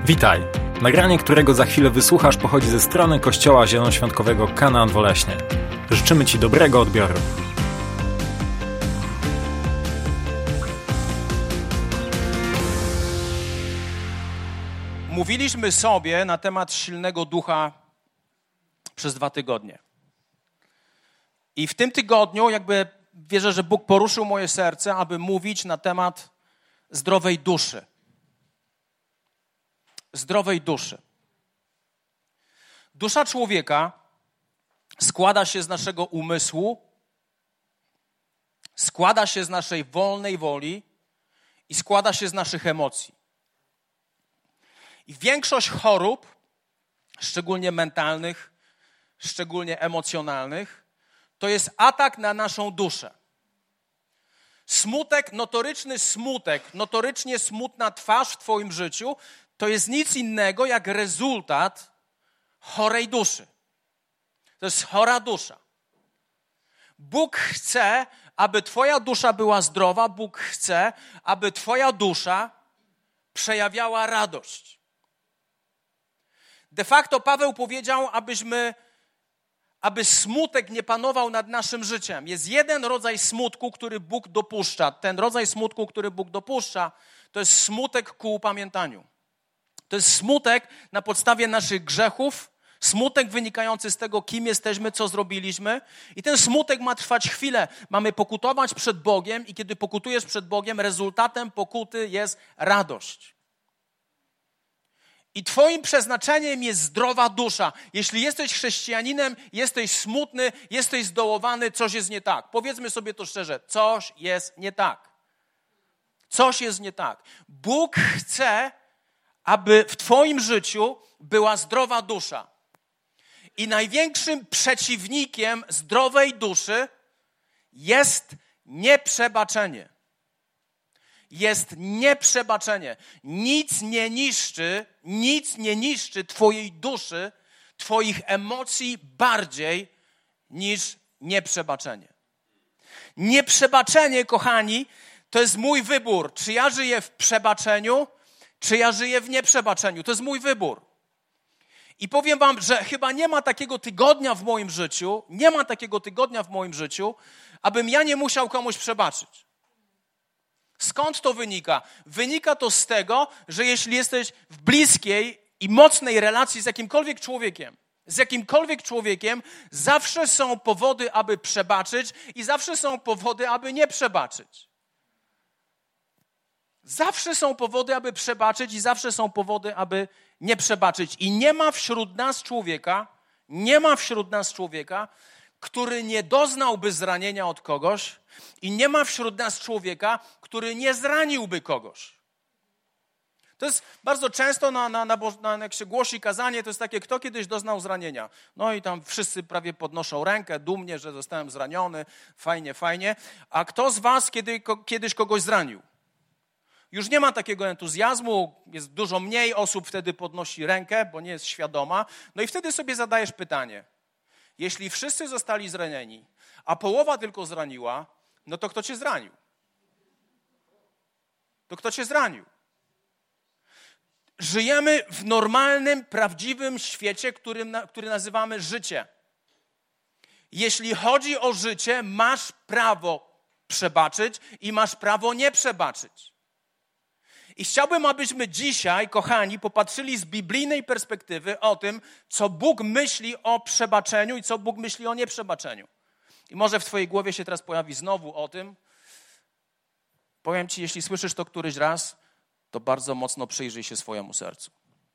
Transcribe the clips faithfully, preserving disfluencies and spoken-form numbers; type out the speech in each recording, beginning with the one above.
Witaj! Nagranie, którego za chwilę wysłuchasz, pochodzi ze strony Kościoła Zielonoświątkowego Kanaan Woleśnie. Życzymy Ci dobrego odbioru. Mówiliśmy sobie na temat silnego ducha przez dwa tygodnie. I w tym tygodniu jakby wierzę, że Bóg poruszył moje serce, aby mówić na temat zdrowej duszy. Zdrowej duszy. Dusza człowieka składa się z naszego umysłu, składa się z naszej wolnej woli i składa się z naszych emocji. I większość chorób, szczególnie mentalnych, szczególnie emocjonalnych, to jest atak na naszą duszę. Smutek, notoryczny smutek, notorycznie smutna twarz w twoim życiu to jest nic innego jak rezultat chorej duszy. To jest chora dusza. Bóg chce, aby twoja dusza była zdrowa. Bóg chce, aby twoja dusza przejawiała radość. De facto Paweł powiedział, abyśmy, aby smutek nie panował nad naszym życiem. Jest jeden rodzaj smutku, który Bóg dopuszcza. Ten rodzaj smutku, który Bóg dopuszcza, to jest smutek ku upamiętaniu. To jest smutek na podstawie naszych grzechów, smutek wynikający z tego, kim jesteśmy, co zrobiliśmy. I ten smutek ma trwać chwilę. Mamy pokutować przed Bogiem i kiedy pokutujesz przed Bogiem, rezultatem pokuty jest radość. I twoim przeznaczeniem jest zdrowa dusza. Jeśli jesteś chrześcijaninem, jesteś smutny, jesteś zdołowany, coś jest nie tak. Powiedzmy sobie to szczerze, coś jest nie tak. Coś jest nie tak. Bóg chce, aby w twoim życiu była zdrowa dusza. I największym przeciwnikiem zdrowej duszy jest nieprzebaczenie. Jest nieprzebaczenie. Nic nie niszczy, nic nie niszczy twojej duszy, twoich emocji bardziej niż nieprzebaczenie. Nieprzebaczenie, kochani, to jest mój wybór. Czy ja żyję w przebaczeniu, czy ja żyję w nieprzebaczeniu. To jest mój wybór. I powiem wam, że chyba nie ma takiego tygodnia w moim życiu, nie ma takiego tygodnia w moim życiu, abym ja nie musiał komuś przebaczyć. Skąd to wynika? Wynika to z tego, że jeśli jesteś w bliskiej i mocnej relacji z jakimkolwiek człowiekiem, z jakimkolwiek człowiekiem, zawsze są powody, aby przebaczyć i zawsze są powody, aby nie przebaczyć. Zawsze są powody, aby przebaczyć i zawsze są powody, aby nie przebaczyć. I nie ma wśród nas człowieka, nie ma wśród nas człowieka, który nie doznałby zranienia od kogoś i nie ma wśród nas człowieka, który nie zraniłby kogoś. To jest bardzo często, na, na, na, na, jak się głosi kazanie, to jest takie, kto kiedyś doznał zranienia. No i tam wszyscy prawie podnoszą rękę, dumnie, że zostałem zraniony, fajnie, fajnie. A kto z was kiedy, ko, kiedyś kogoś zranił? Już nie ma takiego entuzjazmu, jest dużo mniej osób wtedy podnosi rękę, bo nie jest świadoma. No i wtedy sobie zadajesz pytanie. Jeśli wszyscy zostali zranieni, a połowa tylko zraniła, no to kto cię zranił? To kto cię zranił? Żyjemy w normalnym, prawdziwym świecie, którym, który nazywamy życie. Jeśli chodzi o życie, masz prawo przebaczyć i masz prawo nie przebaczyć. I chciałbym, abyśmy dzisiaj, kochani, popatrzyli z biblijnej perspektywy o tym, co Bóg myśli o przebaczeniu i co Bóg myśli o nieprzebaczeniu. I może w twojej głowie się teraz pojawi znowu o tym. Powiem ci, jeśli słyszysz to któryś raz, to bardzo mocno przyjrzyj się swojemu sercu.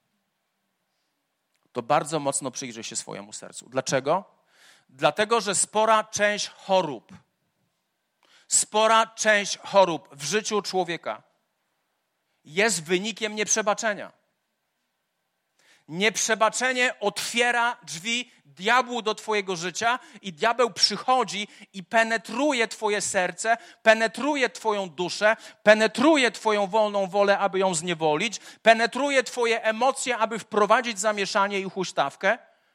To bardzo mocno przyjrzyj się swojemu sercu. Dlaczego? Dlatego, że spora część chorób, spora część chorób w życiu człowieka jest wynikiem nieprzebaczenia. Nieprzebaczenie otwiera drzwi diabłu do twojego życia i diabeł przychodzi i penetruje twoje serce, penetruje twoją duszę, penetruje twoją wolną wolę, aby ją zniewolić, penetruje twoje emocje, aby wprowadzić zamieszanie i huśtawkę.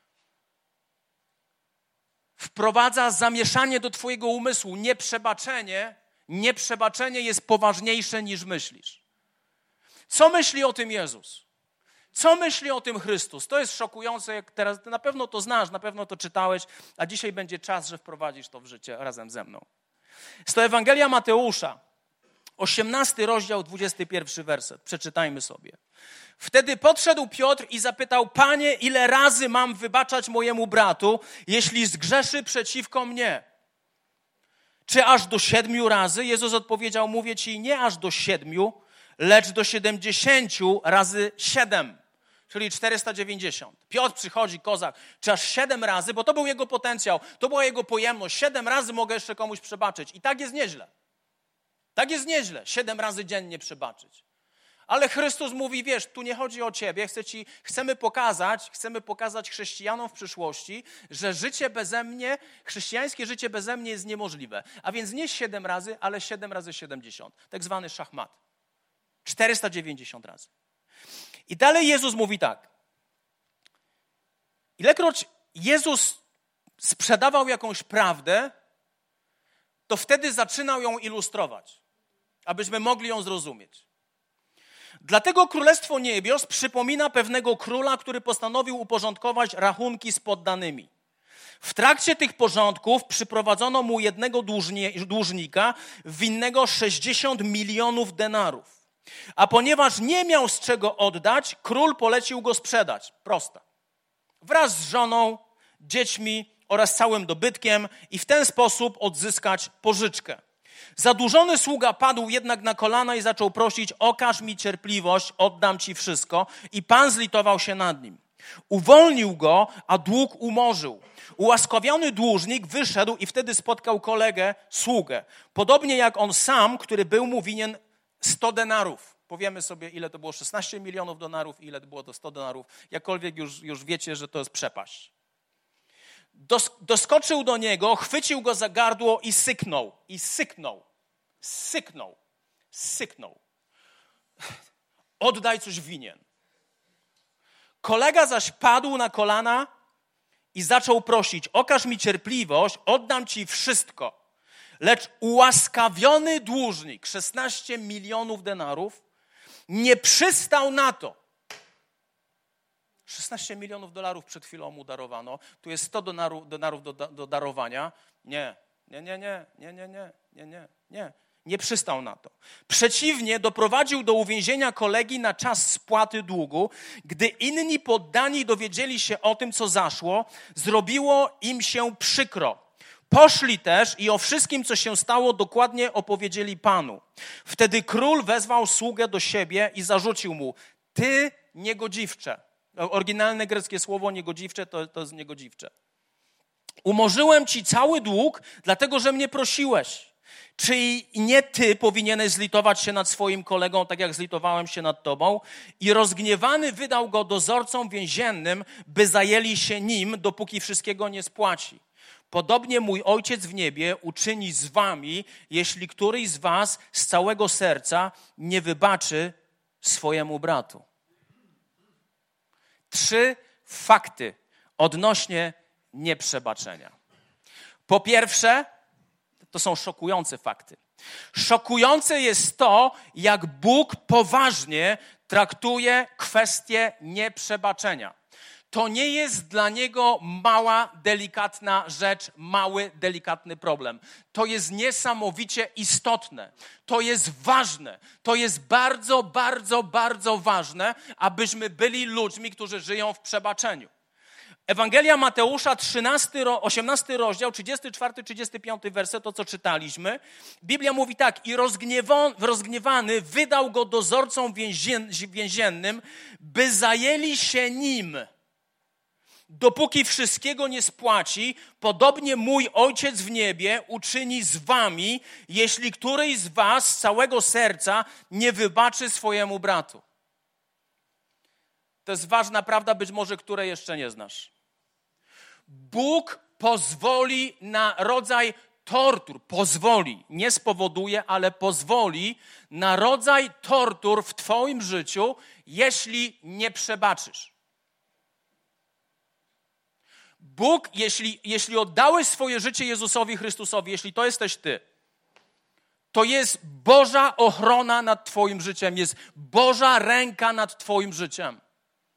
Wprowadza zamieszanie do twojego umysłu. Nieprzebaczenie, nieprzebaczenie jest poważniejsze niż myślisz. Co myśli o tym Jezus? Co myśli o tym Chrystus? To jest szokujące, jak teraz na pewno to znasz, na pewno to czytałeś, a dzisiaj będzie czas, że wprowadzisz to w życie razem ze mną. Jest to Ewangelia Mateusza, osiemnasty rozdział, dwudziesty pierwszy werset. Przeczytajmy sobie. Wtedy podszedł Piotr i zapytał: Panie, ile razy mam wybaczać mojemu bratu, jeśli zgrzeszy przeciwko mnie? Czy aż do siedmiu razy? Jezus odpowiedział: mówię ci, nie aż do siedmiu, lecz do siedemdziesięciu razy siedem, czyli czterysta dziewięćdziesiąt. Piotr przychodzi, kozak, czy aż siedem razy, bo to był jego potencjał, to była jego pojemność. Siedem razy mogę jeszcze komuś przebaczyć. I tak jest nieźle. Tak jest nieźle, siedem razy dziennie przebaczyć. Ale Chrystus mówi, wiesz, tu nie chodzi o ciebie, chcę ci, chcemy pokazać, chcemy pokazać chrześcijanom w przyszłości, że życie beze mnie, chrześcijańskie życie beze mnie jest niemożliwe. A więc nie siedem razy, ale siedem razy siedemdziesiąt. Tak zwany szachmat. czterysta dziewięćdziesiąt razy. I dalej Jezus mówi tak. Ilekroć Jezus sprzedawał jakąś prawdę, to wtedy zaczynał ją ilustrować, abyśmy mogli ją zrozumieć. Dlatego Królestwo Niebios przypomina pewnego króla, który postanowił uporządkować rachunki z poddanymi. W trakcie tych porządków przyprowadzono mu jednego dłużnie, dłużnika winnego sześćdziesiąt milionów denarów. A ponieważ nie miał z czego oddać, król polecił go sprzedać. Prosta. Wraz z żoną, dziećmi oraz całym dobytkiem i w ten sposób odzyskać pożyczkę. Zadłużony sługa padł jednak na kolana i zaczął prosić: okaż mi cierpliwość, oddam ci wszystko. I Pan zlitował się nad nim. Uwolnił go, a dług umorzył. Ułaskawiony dłużnik wyszedł i wtedy spotkał kolegę, sługę. Podobnie jak on sam, który był mu winien sto denarów. Powiemy sobie, ile to było szesnaście milionów denarów, ile to było to sto denarów. Jakkolwiek już, już wiecie, że to jest przepaść. Dos, doskoczył do niego, chwycił go za gardło i syknął. I syknął. Syknął. Syknął. Oddaj, coś winien. Kolega zaś padł na kolana i zaczął prosić: okaż mi cierpliwość, oddam ci wszystko. Lecz ułaskawiony dłużnik, szesnaście milionów denarów, nie przystał na to. szesnaście milionów dolarów przed chwilą mu darowano. Tu jest sto denarów, denarów do, do darowania. Nie, nie, nie, nie, nie, nie, nie, nie, nie, nie. Nie przystał na to. Przeciwnie, doprowadził do uwięzienia kolegi na czas spłaty długu. Gdy inni poddani dowiedzieli się o tym, co zaszło, zrobiło im się przykro. Poszli też i o wszystkim, co się stało, dokładnie opowiedzieli Panu. Wtedy król wezwał sługę do siebie i zarzucił mu: ty niegodziwcze. Oryginalne greckie słowo niegodziwcze to, to jest niegodziwcze. Umorzyłem ci cały dług, dlatego że mnie prosiłeś. Czy nie ty powinieneś zlitować się nad swoim kolegą, tak jak zlitowałem się nad tobą? I rozgniewany wydał go dozorcom więziennym, by zajęli się nim, dopóki wszystkiego nie spłaci. Podobnie mój Ojciec w niebie uczyni z wami, jeśli któryś z was z całego serca nie wybaczy swojemu bratu. Trzy fakty odnośnie nieprzebaczenia. Po pierwsze, to są szokujące fakty. Szokujące jest to, jak Bóg poważnie traktuje kwestię nieprzebaczenia. To nie jest dla Niego mała, delikatna rzecz, mały, delikatny problem. To jest niesamowicie istotne. To jest ważne. To jest bardzo, bardzo, bardzo ważne, abyśmy byli ludźmi, którzy żyją w przebaczeniu. Ewangelia Mateusza, trzynasty, osiemnasty rozdział, trzydziesty czwarty, trzydziesty piąty werset, to co czytaliśmy. Biblia mówi tak: i rozgniewany wydał go dozorcom więziennym, by zajęli się nim. Dopóki wszystkiego nie spłaci, podobnie mój Ojciec w niebie uczyni z wami, jeśli któryś z was z całego serca nie wybaczy swojemu bratu. To jest ważna prawda, być może której jeszcze nie znasz. Bóg pozwoli na rodzaj tortur, pozwoli, nie spowoduje, ale pozwoli na rodzaj tortur w twoim życiu, jeśli nie przebaczysz. Bóg, jeśli, jeśli oddałeś swoje życie Jezusowi Chrystusowi, jeśli to jesteś ty, to jest Boża ochrona nad twoim życiem, jest Boża ręka nad twoim życiem.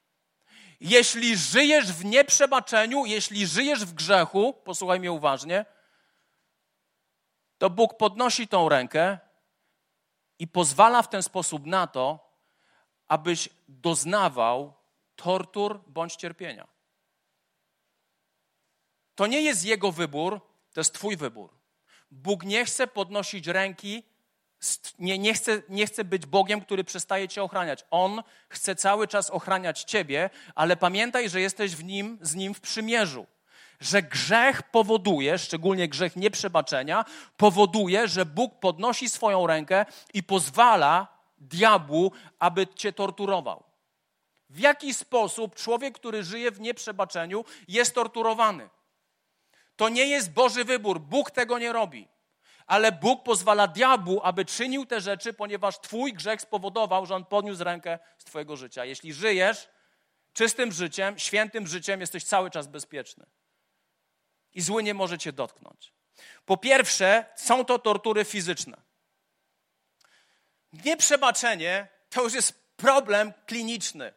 Jeśli żyjesz w nieprzebaczeniu, jeśli żyjesz w grzechu, posłuchaj mnie uważnie, to Bóg podnosi tą rękę i pozwala w ten sposób na to, abyś doznawał tortur bądź cierpienia. To nie jest Jego wybór, to jest twój wybór. Bóg nie chce podnosić ręki, nie, nie, chce, nie chce być Bogiem, który przestaje cię ochraniać. On chce cały czas ochraniać ciebie, ale pamiętaj, że jesteś w nim, z Nim w przymierzu. Że grzech powoduje, szczególnie grzech nieprzebaczenia, powoduje, że Bóg podnosi swoją rękę i pozwala diabłu, aby cię torturował. W jaki sposób człowiek, który żyje w nieprzebaczeniu, jest torturowany? To nie jest Boży wybór. Bóg tego nie robi. Ale Bóg pozwala diabłu, aby czynił te rzeczy, ponieważ twój grzech spowodował, że on podniósł rękę z twojego życia. Jeśli żyjesz czystym życiem, świętym życiem, jesteś cały czas bezpieczny. I zły nie może cię dotknąć. Po pierwsze, są to tortury fizyczne. Nieprzebaczenie to już jest problem kliniczny.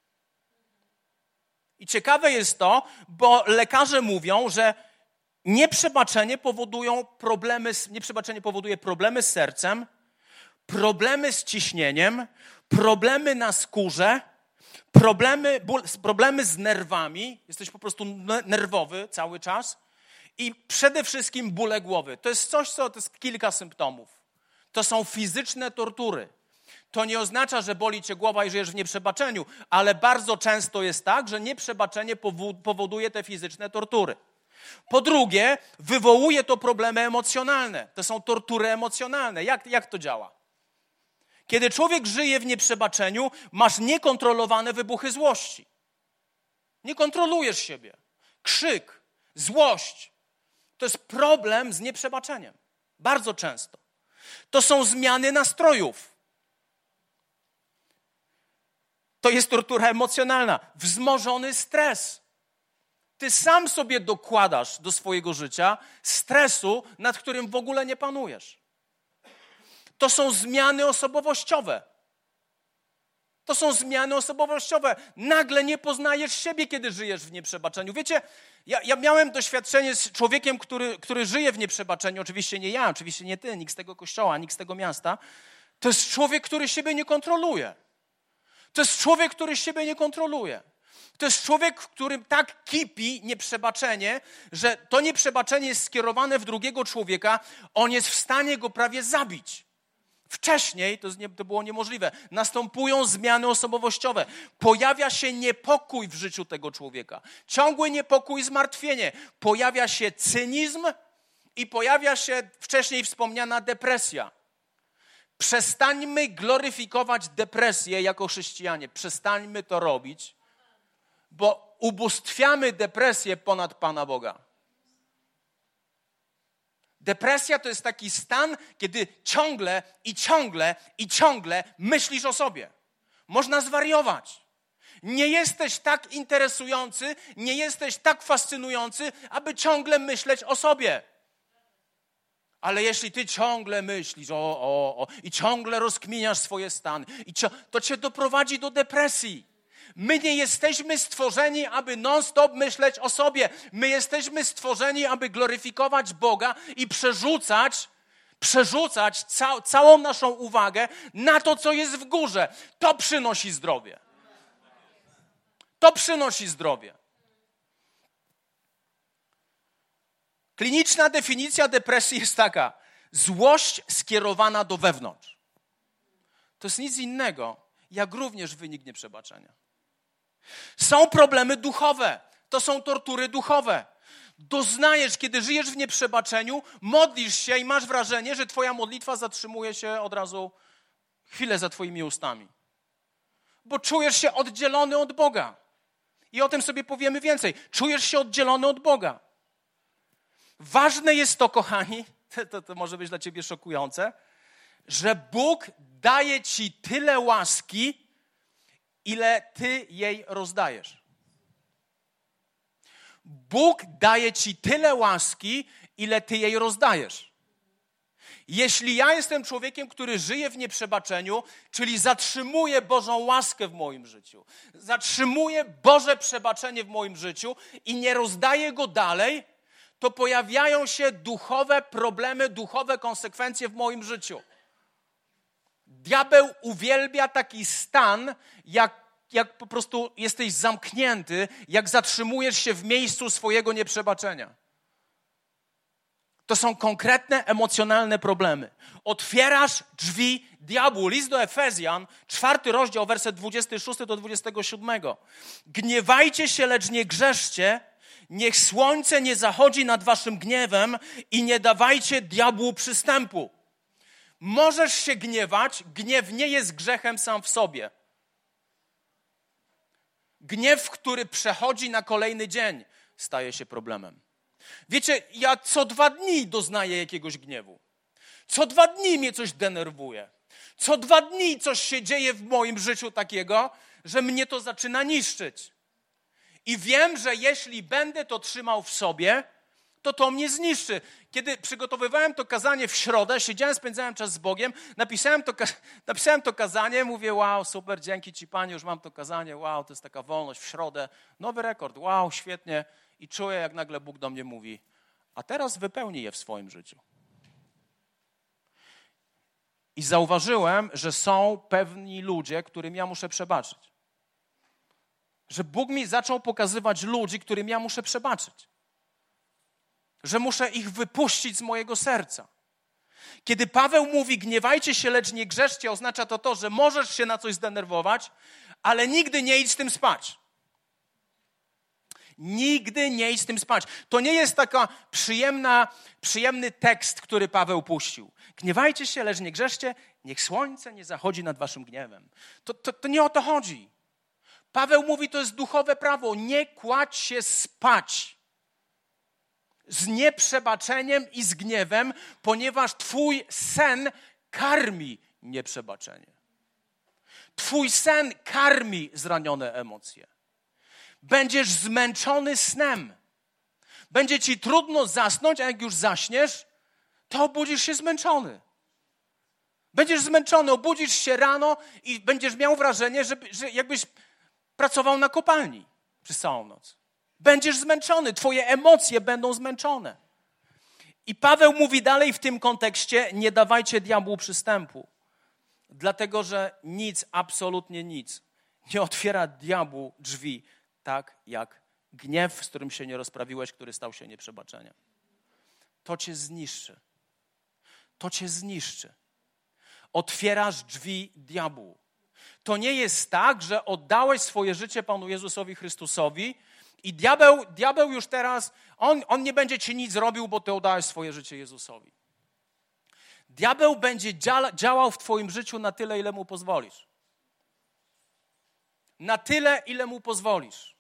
I ciekawe jest to, bo lekarze mówią, że Nieprzebaczenie powodują problemy, nieprzebaczenie powoduje problemy z sercem, problemy z ciśnieniem, problemy na skórze, problemy, ból, problemy z nerwami. Jesteś po prostu nerwowy cały czas i przede wszystkim bóle głowy. To jest coś, co to jest kilka symptomów. To są fizyczne tortury. To nie oznacza, że boli cię głowa i żyjesz w nieprzebaczeniu, ale bardzo często jest tak, że nieprzebaczenie powoduje te fizyczne tortury. Po drugie, wywołuje to problemy emocjonalne. To są tortury emocjonalne. Jak, jak to działa? Kiedy człowiek żyje w nieprzebaczeniu, masz niekontrolowane wybuchy złości. Nie kontrolujesz siebie. Krzyk, złość. To jest problem z nieprzebaczeniem. Bardzo często. To są zmiany nastrojów. To jest tortura emocjonalna. Wzmożony stres. Ty sam sobie dokładasz do swojego życia stresu, nad którym w ogóle nie panujesz. To są zmiany osobowościowe. To są zmiany osobowościowe. Nagle nie poznajesz siebie, kiedy żyjesz w nieprzebaczeniu. Wiecie, ja, ja miałem doświadczenie z człowiekiem, który, który żyje w nieprzebaczeniu. Oczywiście nie ja, oczywiście nie ty, nikt z tego kościoła, nikt z tego miasta. To jest człowiek, który siebie nie kontroluje. To jest człowiek, który siebie nie kontroluje. To jest człowiek, w którym tak kipi nieprzebaczenie, że to nieprzebaczenie jest skierowane w drugiego człowieka, on jest w stanie go prawie zabić. Wcześniej, to, nie, to było niemożliwe, następują zmiany osobowościowe. Pojawia się niepokój w życiu tego człowieka. Ciągły niepokój, zmartwienie. Pojawia się cynizm i pojawia się wcześniej wspomniana depresja. Przestańmy gloryfikować depresję jako chrześcijanie. Przestańmy to robić, bo ubóstwiamy depresję ponad Pana Boga. Depresja to jest taki stan, kiedy ciągle i ciągle i ciągle myślisz o sobie. Można zwariować. Nie jesteś tak interesujący, nie jesteś tak fascynujący, aby ciągle myśleć o sobie. Ale jeśli ty ciągle myślisz o, o, o i ciągle rozkminiasz swoje stany, i cio, to cię doprowadzi do depresji. My nie jesteśmy stworzeni, aby non-stop myśleć o sobie. My jesteśmy stworzeni, aby gloryfikować Boga i przerzucać, przerzucać ca- całą naszą uwagę na to, co jest w górze. To przynosi zdrowie. To przynosi zdrowie. Kliniczna definicja depresji jest taka. Złość skierowana do wewnątrz. To jest nic innego, jak również wynik nieprzebaczenia. Są problemy duchowe. To są tortury duchowe. Doznajesz, kiedy żyjesz w nieprzebaczeniu, modlisz się i masz wrażenie, że twoja modlitwa zatrzymuje się od razu chwilę za twoimi ustami. Bo czujesz się oddzielony od Boga. I o tym sobie powiemy więcej. Czujesz się oddzielony od Boga. Ważne jest to, kochani, to, to może być dla ciebie szokujące, że Bóg daje ci tyle łaski, ile ty jej rozdajesz. Bóg daje ci tyle łaski, ile ty jej rozdajesz. Jeśli ja jestem człowiekiem, który żyje w nieprzebaczeniu, czyli zatrzymuje Bożą łaskę w moim życiu, zatrzymuje Boże przebaczenie w moim życiu i nie rozdaje go dalej, to pojawiają się duchowe problemy, duchowe konsekwencje w moim życiu. Diabeł uwielbia taki stan, jak, jak po prostu jesteś zamknięty, jak zatrzymujesz się w miejscu swojego nieprzebaczenia. To są konkretne, emocjonalne problemy. Otwierasz drzwi diabłu. List do Efezjan, czwarty rozdział, werset dwudziesty szósty do dwudziestego siódmego. Gniewajcie się, lecz nie grzeszcie. Niech słońce nie zachodzi nad waszym gniewem i nie dawajcie diabłu przystępu. Możesz się gniewać, gniew nie jest grzechem sam w sobie. Gniew, który przechodzi na kolejny dzień, staje się problemem. Wiecie, ja co dwa dni doznaję jakiegoś gniewu. Co dwa dni mnie coś denerwuje. Co dwa dni coś się dzieje w moim życiu takiego, że mnie to zaczyna niszczyć. I wiem, że jeśli będę to trzymał w sobie, to to mnie zniszczy. Kiedy przygotowywałem to kazanie w środę, siedziałem, spędzałem czas z Bogiem, napisałem to, napisałem to kazanie, mówię, wow, super, dzięki Ci Panie, już mam to kazanie, wow, to jest taka wolność w środę, nowy rekord, wow, świetnie. I czuję, jak nagle Bóg do mnie mówi, a teraz wypełnij je w swoim życiu. I zauważyłem, że są pewni ludzie, którym ja muszę przebaczyć. Że Bóg mi zaczął pokazywać ludzi, którym ja muszę przebaczyć. Że muszę ich wypuścić z mojego serca. Kiedy Paweł mówi, gniewajcie się, lecz nie grzeszcie, oznacza to to, że możesz się na coś zdenerwować, ale nigdy nie idź z tym spać. Nigdy nie idź z tym spać. To nie jest taka przyjemna, przyjemny tekst, który Paweł puścił. Gniewajcie się, lecz nie grzeszcie, niech słońce nie zachodzi nad waszym gniewem. To, to, to nie o to chodzi. Paweł mówi, to jest duchowe prawo. Nie kładź się spać z nieprzebaczeniem i z gniewem, ponieważ twój sen karmi nieprzebaczenie. Twój sen karmi zranione emocje. Będziesz zmęczony snem. Będzie ci trudno zasnąć, a jak już zaśniesz, to obudzisz się zmęczony. Będziesz zmęczony, obudzisz się rano i będziesz miał wrażenie, że, że jakbyś pracował na kopalni przez całą noc. Będziesz zmęczony, twoje emocje będą zmęczone. I Paweł mówi dalej w tym kontekście, nie dawajcie diabłu przystępu. Dlatego, że nic, absolutnie nic nie otwiera diabłu drzwi tak jak gniew, z którym się nie rozprawiłeś, który stał się nieprzebaczeniem. To cię zniszczy. To cię zniszczy. Otwierasz drzwi diabłu. To nie jest tak, że oddałeś swoje życie Panu Jezusowi Chrystusowi i diabeł, diabeł już teraz, on, on nie będzie ci nic robił, bo ty oddałeś swoje życie Jezusowi. Diabeł będzie działa, działał w twoim życiu na tyle, ile mu pozwolisz. Na tyle, ile mu pozwolisz.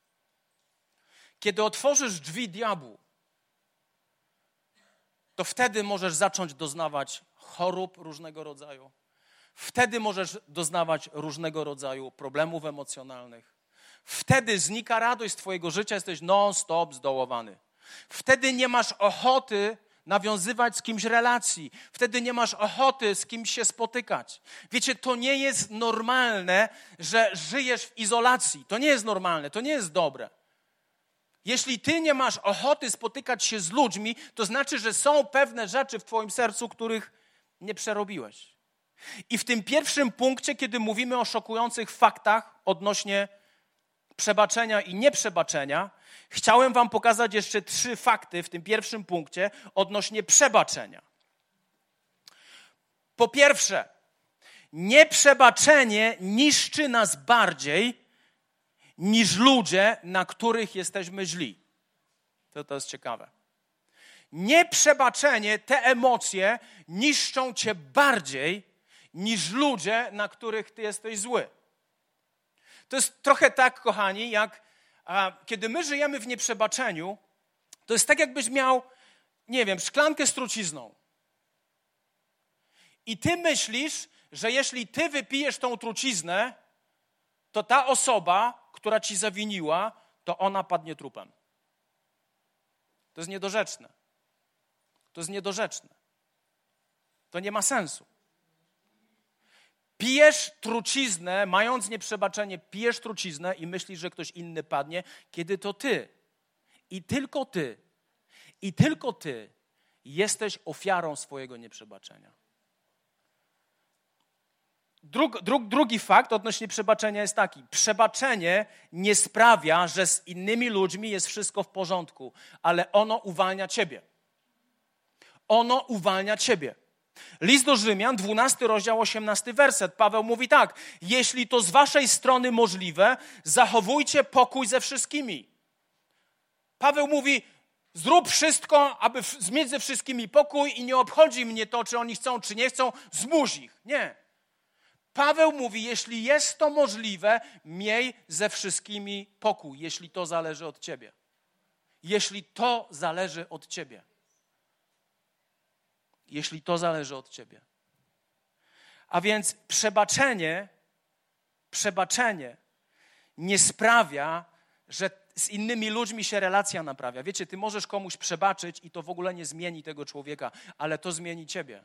Kiedy otworzysz drzwi diabłu, to wtedy możesz zacząć doznawać chorób różnego rodzaju. Wtedy możesz doznawać różnego rodzaju problemów emocjonalnych. Wtedy znika radość z twojego życia, jesteś non-stop zdołowany. Wtedy nie masz ochoty nawiązywać z kimś relacji. Wtedy nie masz ochoty z kimś się spotykać. Wiecie, to nie jest normalne, że żyjesz w izolacji. To nie jest normalne, to nie jest dobre. Jeśli ty nie masz ochoty spotykać się z ludźmi, to znaczy, że są pewne rzeczy w twoim sercu, których nie przerobiłeś. I w tym pierwszym punkcie, kiedy mówimy o szokujących faktach odnośnie przebaczenia i nieprzebaczenia, chciałem wam pokazać jeszcze trzy fakty w tym pierwszym punkcie odnośnie przebaczenia. Po pierwsze, nieprzebaczenie niszczy nas bardziej niż ludzie, na których jesteśmy źli. To, to jest ciekawe. Nieprzebaczenie, te emocje niszczą cię bardziej niż ludzie, na których ty jesteś zły. To jest trochę tak, kochani, jak a, kiedy my żyjemy w nieprzebaczeniu, to jest tak, jakbyś miał, nie wiem, szklankę z trucizną. I ty myślisz, że jeśli ty wypijesz tą truciznę, to ta osoba, która ci zawiniła, to ona padnie trupem. To jest niedorzeczne. To jest niedorzeczne. To nie ma sensu. Pijesz truciznę, mając nieprzebaczenie, pijesz truciznę i myślisz, że ktoś inny padnie, kiedy to ty. I tylko ty. I tylko ty jesteś ofiarą swojego nieprzebaczenia. Drug, dru, drugi fakt odnośnie przebaczenia jest taki. Przebaczenie nie sprawia, że z innymi ludźmi jest wszystko w porządku, ale ono uwalnia ciebie. Ono uwalnia ciebie. List do Rzymian, dwunasty rozdział, osiemnasty werset. Paweł mówi tak. Jeśli to z waszej strony możliwe, zachowujcie pokój ze wszystkimi. Paweł mówi, zrób wszystko, aby mieć ze wszystkimi pokój i nie obchodzi mnie to, czy oni chcą, czy nie chcą, zmuś ich. Nie. Paweł mówi, jeśli jest to możliwe, miej ze wszystkimi pokój, jeśli to zależy od ciebie. Jeśli to zależy od ciebie. Jeśli to zależy od ciebie. A więc przebaczenie, przebaczenie nie sprawia, że z innymi ludźmi się relacja naprawia. Wiecie, ty możesz komuś przebaczyć i to w ogóle nie zmieni tego człowieka, ale to zmieni ciebie.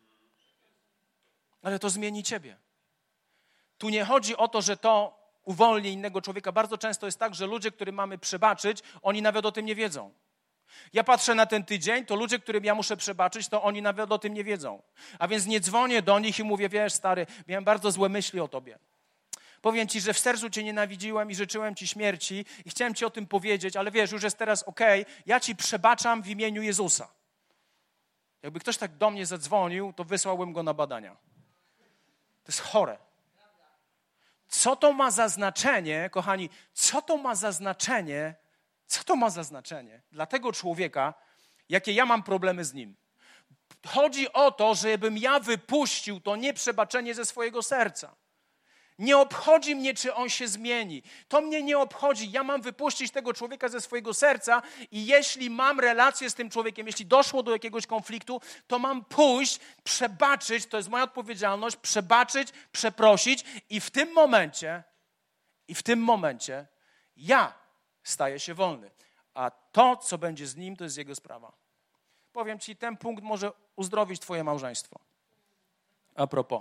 Ale to zmieni ciebie. Tu nie chodzi o to, że to uwolni innego człowieka. Bardzo często jest tak, że ludzie, którym mamy przebaczyć, oni nawet o tym nie wiedzą. Ja patrzę na ten tydzień, to ludzie, którym ja muszę przebaczyć, to oni nawet o tym nie wiedzą. A więc nie dzwonię do nich i mówię, wiesz stary, miałem bardzo złe myśli o tobie. Powiem ci, że w sercu cię nienawidziłem i życzyłem ci śmierci i chciałem ci o tym powiedzieć, ale wiesz, już jest teraz okej, okay, ja ci przebaczam w imieniu Jezusa. Jakby ktoś tak do mnie zadzwonił, to wysłałbym go na badania. To jest chore. Co to ma za znaczenie, kochani, co to ma za znaczenie, co to ma za znaczenie dla tego człowieka, jakie ja mam problemy z nim? Chodzi o to, żebym ja wypuścił to nieprzebaczenie ze swojego serca. Nie obchodzi mnie, czy on się zmieni. To mnie nie obchodzi. Ja mam wypuścić tego człowieka ze swojego serca i jeśli mam relację z tym człowiekiem, jeśli doszło do jakiegoś konfliktu, to mam pójść, przebaczyć, to jest moja odpowiedzialność, przebaczyć, przeprosić i w tym momencie, i w tym momencie ja staję się wolny. A to, co będzie z nim, to jest jego sprawa. Powiem ci, ten punkt może uzdrowić twoje małżeństwo. A propos.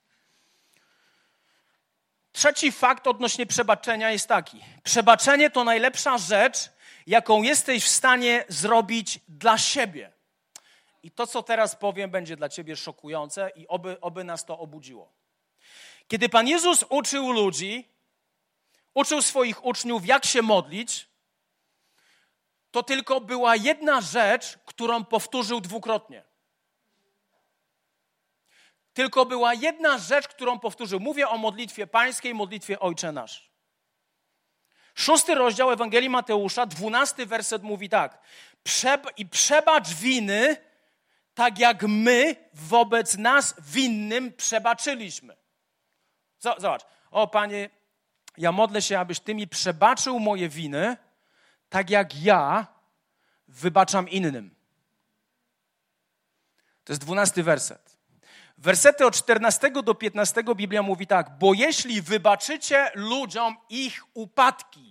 Trzeci fakt odnośnie przebaczenia jest taki. Przebaczenie to najlepsza rzecz, jaką jesteś w stanie zrobić dla siebie. I to, co teraz powiem, będzie dla ciebie szokujące i oby, oby nas to obudziło. Kiedy Pan Jezus uczył ludzi, uczył swoich uczniów, jak się modlić, to tylko była jedna rzecz, którą powtórzył dwukrotnie. Tylko była jedna rzecz, którą powtórzył. Mówię o modlitwie pańskiej, modlitwie Ojcze Nasz. Szósty rozdział Ewangelii Mateusza, dwunasty werset mówi tak. Przeb- I przebacz winy, tak jak my wobec nas winnym przebaczyliśmy. Zobacz. O Panie, ja modlę się, abyś Ty mi przebaczył moje winy, tak jak ja wybaczam innym. To jest dwunasty werset. Wersety od czternastego do piętnastego Biblia mówi tak. Bo jeśli wybaczycie ludziom ich upadki.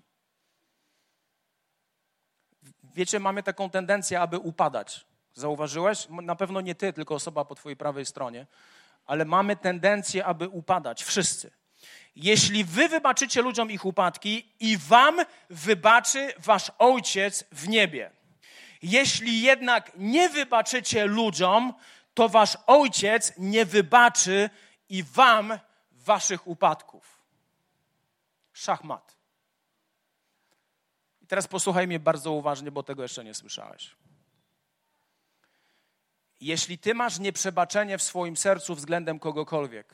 Wiecie, mamy taką tendencję, aby upadać. Zauważyłeś? Na pewno nie ty, tylko osoba po twojej prawej stronie. Ale mamy tendencję, aby upadać. Wszyscy. Jeśli wy wybaczycie ludziom ich upadki i wam wybaczy wasz Ojciec w niebie. Jeśli jednak nie wybaczycie ludziom, to wasz Ojciec nie wybaczy i wam waszych upadków. Szachmat. I teraz posłuchaj mnie bardzo uważnie, bo tego jeszcze nie słyszałeś. Jeśli ty masz nieprzebaczenie w swoim sercu względem kogokolwiek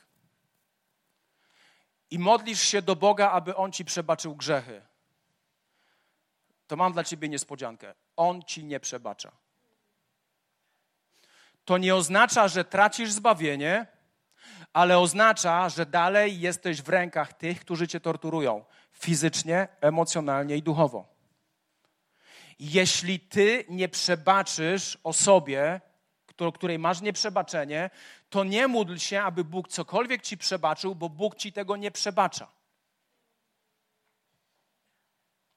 i modlisz się do Boga, aby On ci przebaczył grzechy, to mam dla ciebie niespodziankę. On ci nie przebacza. To nie oznacza, że tracisz zbawienie, ale oznacza, że dalej jesteś w rękach tych, którzy cię torturują fizycznie, emocjonalnie i duchowo. Jeśli ty nie przebaczysz osobie, której masz nieprzebaczenie, to nie módl się, aby Bóg cokolwiek ci przebaczył, bo Bóg ci tego nie przebacza.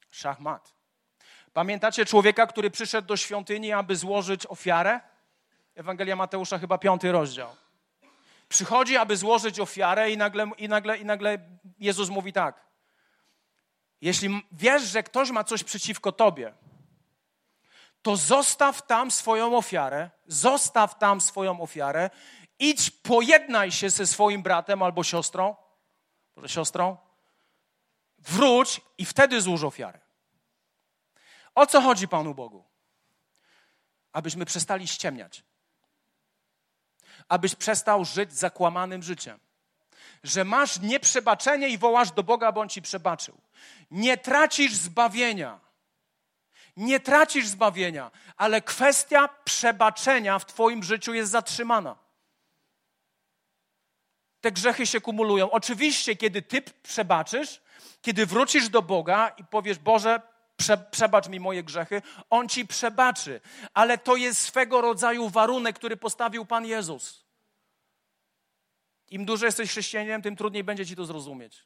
Szachmat. Pamiętacie człowieka, który przyszedł do świątyni, aby złożyć ofiarę? Ewangelia Mateusza, chyba piąty rozdział. Przychodzi, aby złożyć ofiarę i nagle, i nagle, i nagle Jezus mówi tak. Jeśli wiesz, że ktoś ma coś przeciwko tobie, to zostaw tam swoją ofiarę, zostaw tam swoją ofiarę, idź, pojednaj się ze swoim bratem albo siostrą, może siostrą, wróć i wtedy złóż ofiarę. O co chodzi Panu Bogu? Abyśmy przestali ściemniać. Abyś przestał żyć zakłamanym życiem. Że masz nieprzebaczenie i wołasz do Boga, bo On ci przebaczył. Nie tracisz zbawienia. Nie tracisz zbawienia, ale kwestia przebaczenia w twoim życiu jest zatrzymana. Te grzechy się kumulują. Oczywiście, kiedy ty przebaczysz, kiedy wrócisz do Boga i powiesz, Boże, prze, przebacz mi moje grzechy, On ci przebaczy. Ale to jest swego rodzaju warunek, który postawił Pan Jezus. Im dłużej jesteś chrześcijaninem, tym trudniej będzie ci to zrozumieć.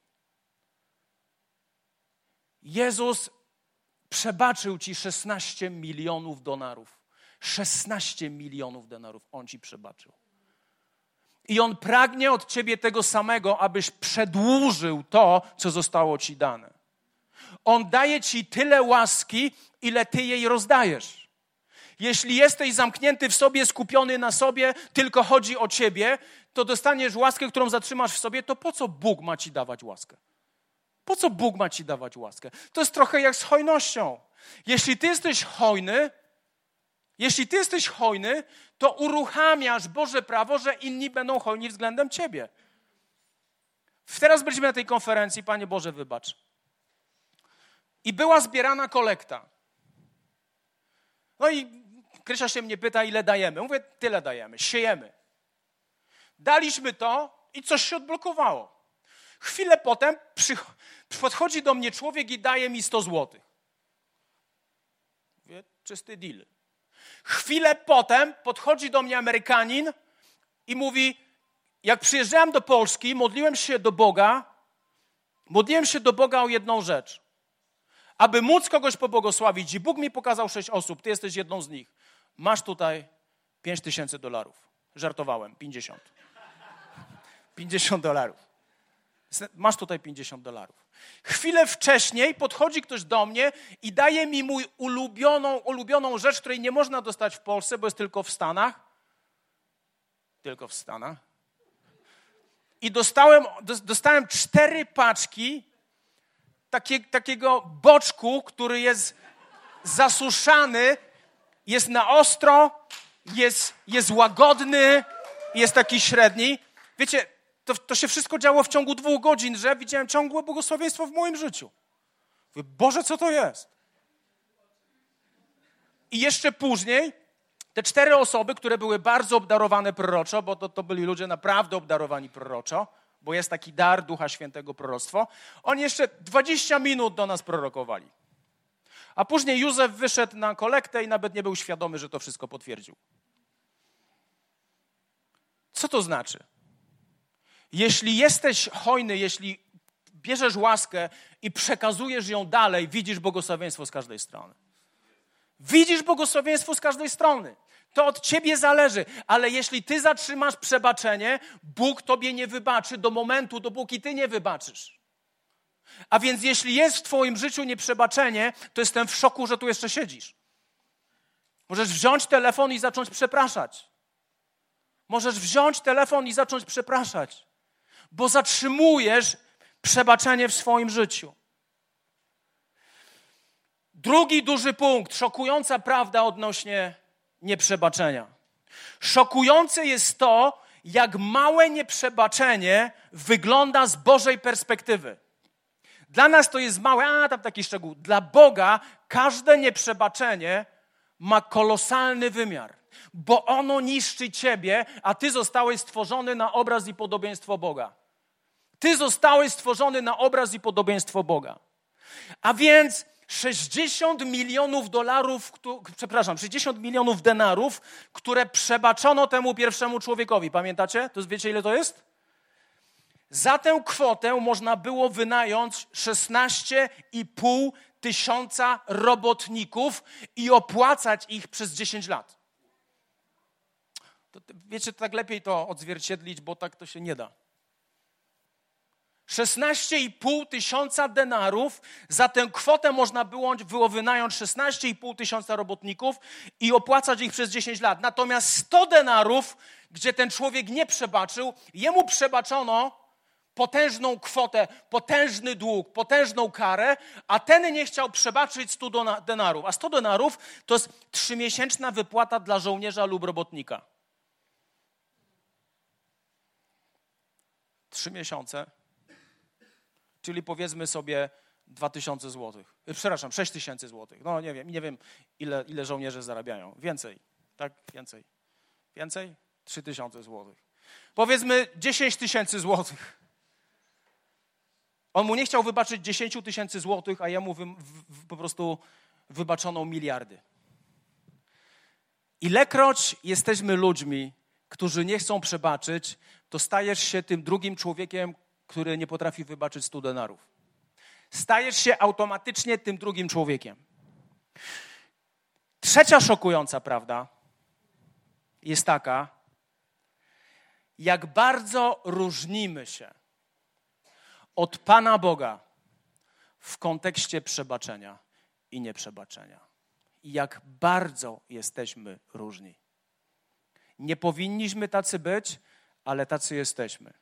Jezus przebaczył ci szesnaście milionów dolarów. szesnaście milionów dolarów On ci przebaczył. I On pragnie od ciebie tego samego, abyś przedłużył to, co zostało ci dane. On daje ci tyle łaski, ile ty jej rozdajesz. Jeśli jesteś zamknięty w sobie, skupiony na sobie, tylko chodzi o ciebie, to dostaniesz łaskę, którą zatrzymasz w sobie, to po co Bóg ma ci dawać łaskę? Po co Bóg ma ci dawać łaskę? To jest trochę jak z hojnością. Jeśli ty jesteś hojny, jeśli ty jesteś hojny, to uruchamiasz Boże prawo, że inni będą hojni względem ciebie. Teraz byliśmy na tej konferencji, Panie Boże, wybacz. I była zbierana kolekta. No i Krysia się mnie pyta, ile dajemy. Mówię, tyle dajemy, siejemy. Daliśmy to i coś się odblokowało. Chwilę potem przy, podchodzi do mnie człowiek i daje mi sto złotych. Mówię, czysty deal. Chwilę potem podchodzi do mnie Amerykanin i mówi, jak przyjeżdżałem do Polski, modliłem się do Boga, modliłem się do Boga o jedną rzecz. Aby móc kogoś pobłogosławić i Bóg mi pokazał sześć osób, ty jesteś jedną z nich. Masz tutaj pięć tysięcy dolarów. Żartowałem, pięćdziesiąt. pięćdziesiąt dolarów. Masz tutaj pięćdziesiąt dolarów. Chwilę wcześniej podchodzi ktoś do mnie i daje mi mój ulubioną, ulubioną rzecz, której nie można dostać w Polsce, bo jest tylko w Stanach. Tylko w Stanach. I dostałem, dostałem cztery paczki takie, takiego boczku, który jest zasuszany, jest na ostro, jest, jest łagodny, jest taki średni. Wiecie, to, to się wszystko działo w ciągu dwóch godzin, że widziałem ciągłe błogosławieństwo w moim życiu. Mówię, Boże, co to jest? I jeszcze później te cztery osoby, które były bardzo obdarowane proroczo, bo to, to byli ludzie naprawdę obdarowani proroczo, bo jest taki dar Ducha Świętego proroctwo, oni jeszcze dwadzieścia minut do nas prorokowali. A później Józef wyszedł na kolektę i nawet nie był świadomy, że to wszystko potwierdził. Co to znaczy? Jeśli jesteś hojny, jeśli bierzesz łaskę i przekazujesz ją dalej, widzisz błogosławieństwo z każdej strony. Widzisz błogosławieństwo z każdej strony. To od ciebie zależy, ale jeśli ty zatrzymasz przebaczenie, Bóg tobie nie wybaczy do momentu, dopóki ty nie wybaczysz. A więc jeśli jest w twoim życiu nieprzebaczenie, to jestem w szoku, że tu jeszcze siedzisz. Możesz wziąć telefon i zacząć przepraszać. Możesz wziąć telefon i zacząć przepraszać, bo zatrzymujesz przebaczenie w swoim życiu. Drugi duży punkt, szokująca prawda odnośnie nieprzebaczenia. Szokujące jest to, jak małe nieprzebaczenie wygląda z Bożej perspektywy. Dla nas to jest małe, a tam taki szczegół. Dla Boga każde nieprzebaczenie ma kolosalny wymiar, bo ono niszczy ciebie, a ty zostałeś stworzony na obraz i podobieństwo Boga. Ty zostałeś stworzony na obraz i podobieństwo Boga. A więc sześćdziesiąt milionów dolarów, przepraszam, sześćdziesiąt milionów denarów, które przebaczono temu pierwszemu człowiekowi. Pamiętacie? To wiecie, ile to jest? Za tę kwotę można było wynająć szesnaście i pół tysiąca robotników i opłacać ich przez dziesięć lat. To, wiecie, tak lepiej to odzwierciedlić, bo tak to się nie da. szesnaście i pół tysiąca denarów, za tę kwotę można było, było wynająć szesnaście i pół tysiąca robotników i opłacać ich przez dziesięć lat. Natomiast sto denarów, gdzie ten człowiek nie przebaczył, jemu przebaczono potężną kwotę, potężny dług, potężną karę, a ten nie chciał przebaczyć stu denarów. A sto denarów to jest trzymiesięczna wypłata dla żołnierza lub robotnika. Trzy miesiące, czyli powiedzmy sobie dwa tysiące złotych. Przepraszam, sześć tysięcy złotych. No nie wiem, nie wiem ile, ile żołnierze zarabiają. Więcej, tak? Więcej. Więcej? Trzy tysiące złotych. Powiedzmy dziesięć tysięcy złotych. On mu nie chciał wybaczyć dziesięć tysięcy złotych, a jemu wy, w, po prostu wybaczono miliardy. Ilekroć jesteśmy ludźmi, którzy nie chcą przebaczyć, to stajesz się tym drugim człowiekiem, który nie potrafi wybaczyć stu denarów. Stajesz się automatycznie tym drugim człowiekiem. Trzecia szokująca prawda jest taka, jak bardzo różnimy się od Pana Boga w kontekście przebaczenia i nieprzebaczenia. I jak bardzo jesteśmy różni. Nie powinniśmy tacy być, ale tacy jesteśmy.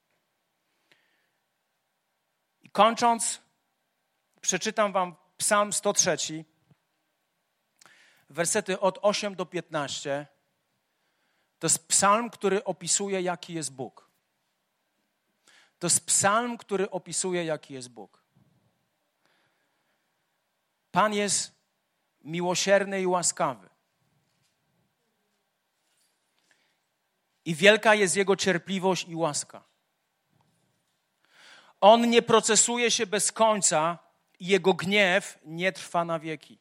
I kończąc, przeczytam wam Psalm sto trzy, wersety od ósmego do piętnastego. To jest psalm, który opisuje, jaki jest Bóg. To jest psalm, który opisuje, jaki jest Bóg. Pan jest miłosierny i łaskawy. I wielka jest Jego cierpliwość i łaska. On nie procesuje się bez końca i Jego gniew nie trwa na wieki.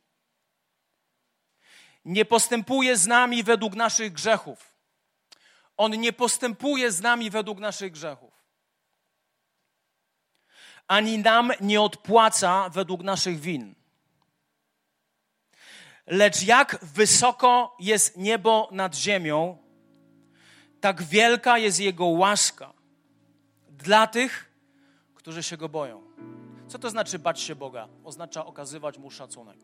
Nie postępuje z nami według naszych grzechów. On nie postępuje z nami według naszych grzechów. Ani nam nie odpłaca według naszych win. Lecz jak wysoko jest niebo nad ziemią, tak wielka jest Jego łaska dla tych, którzy się Go boją. Co to znaczy bać się Boga? Oznacza okazywać Mu szacunek.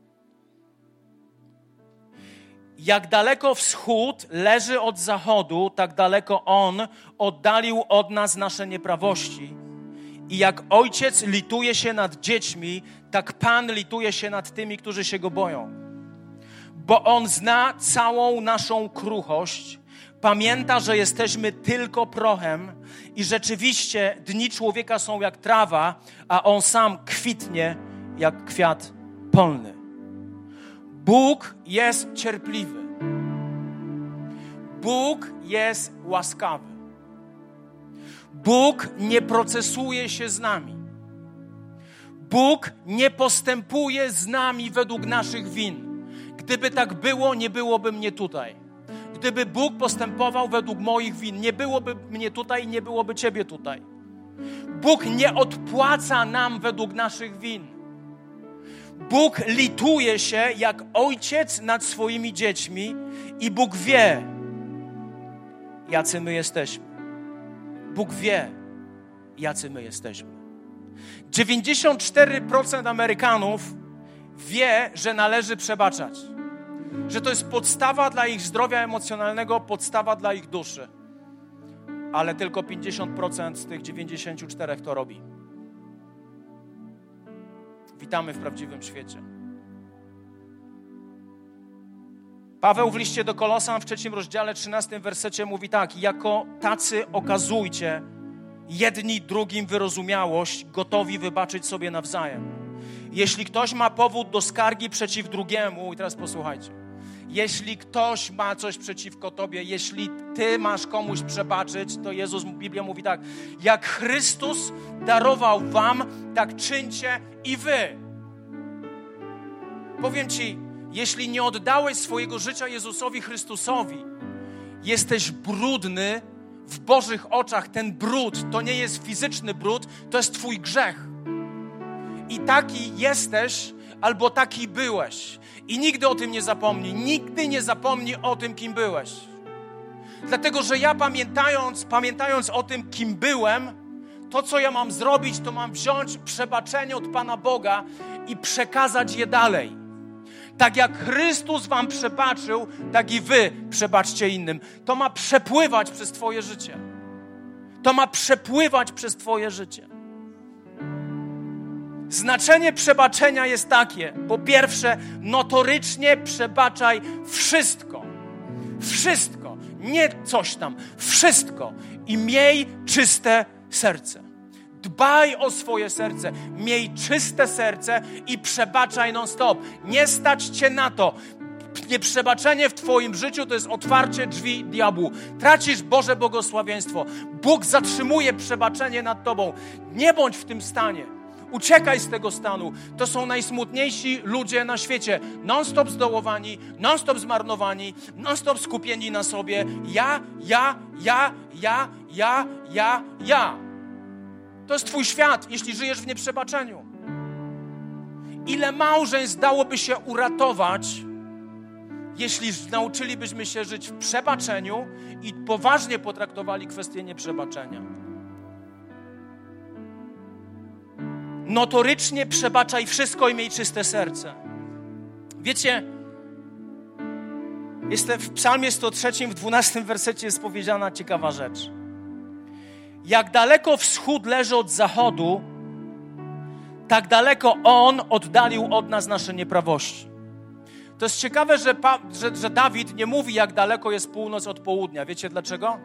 Jak daleko wschód leży od zachodu, tak daleko On oddalił od nas nasze nieprawości. I jak ojciec lituje się nad dziećmi, tak Pan lituje się nad tymi, którzy się Go boją. Bo On zna całą naszą kruchość, pamięta, że jesteśmy tylko prochem i rzeczywiście dni człowieka są jak trawa, a on sam kwitnie jak kwiat polny. Bóg jest cierpliwy. Bóg jest łaskawy. Bóg nie procesuje się z nami. Bóg nie postępuje z nami według naszych win. Gdyby tak było, nie byłoby mnie tutaj. Gdyby Bóg postępował według moich win, nie byłoby mnie tutaj i nie byłoby Ciebie tutaj. Bóg nie odpłaca nam według naszych win. Bóg lituje się jak ojciec nad swoimi dziećmi i Bóg wie, jacy my jesteśmy. Bóg wie, jacy my jesteśmy. dziewięćdziesiąt cztery procent Amerykanów wie, że należy przebaczać. Że to jest podstawa dla ich zdrowia emocjonalnego, podstawa dla ich duszy. Ale tylko pięćdziesiąt procent z tych dziewięćdziesięciu czterech to robi. Witamy w prawdziwym świecie. Paweł w liście do Kolosan w trzecim rozdziale, trzynastym wersecie mówi tak: jako tacy okazujcie jedni drugim wyrozumiałość, gotowi wybaczyć sobie nawzajem. Jeśli ktoś ma powód do skargi przeciw drugiemu, i teraz posłuchajcie, jeśli ktoś ma coś przeciwko tobie, jeśli ty masz komuś przebaczyć, to Jezus, Biblia mówi tak: jak Chrystus darował wam, tak czyńcie i wy. Powiem ci, jeśli nie oddałeś swojego życia Jezusowi Chrystusowi, jesteś brudny w Bożych oczach. Ten brud to nie jest fizyczny brud, to jest twój grzech. I taki jesteś, albo taki byłeś. I nigdy o tym nie zapomnij. Nigdy nie zapomnij o tym, kim byłeś. Dlatego, że ja pamiętając, pamiętając o tym, kim byłem, to, co ja mam zrobić, to mam wziąć przebaczenie od Pana Boga i przekazać je dalej. Tak jak Chrystus wam przebaczył, tak i wy przebaczcie innym. To ma przepływać przez twoje życie. To ma przepływać przez twoje życie. Znaczenie przebaczenia jest takie. Po pierwsze, notorycznie przebaczaj wszystko. Wszystko. Nie coś tam. Wszystko. I miej czyste serce. Dbaj o swoje serce. Miej czyste serce i przebaczaj non-stop. Nie stać cię na to. Nieprzebaczenie w twoim życiu to jest otwarcie drzwi diabłu. Tracisz Boże błogosławieństwo. Bóg zatrzymuje przebaczenie nad tobą. Nie bądź w tym stanie. Uciekaj z tego stanu. To są najsmutniejsi ludzie na świecie. Non-stop zdołowani, non-stop zmarnowani, non-stop skupieni na sobie. Ja, ja, ja, ja, ja, ja, ja. To jest twój świat, jeśli żyjesz w nieprzebaczeniu. Ile małżeństw dałoby się uratować, jeśli nauczylibyśmy się żyć w przebaczeniu i poważnie potraktowali kwestię nieprzebaczenia. Notorycznie przebaczaj wszystko i miej czyste serce. Wiecie, jest w Psalmie sto trzy, w dwunastym wersecie jest powiedziana ciekawa rzecz. Jak daleko wschód leży od zachodu, tak daleko On oddalił od nas nasze nieprawości. To jest ciekawe, że, pa, że, że Dawid nie mówi, jak daleko jest północ od południa. Wiecie dlaczego?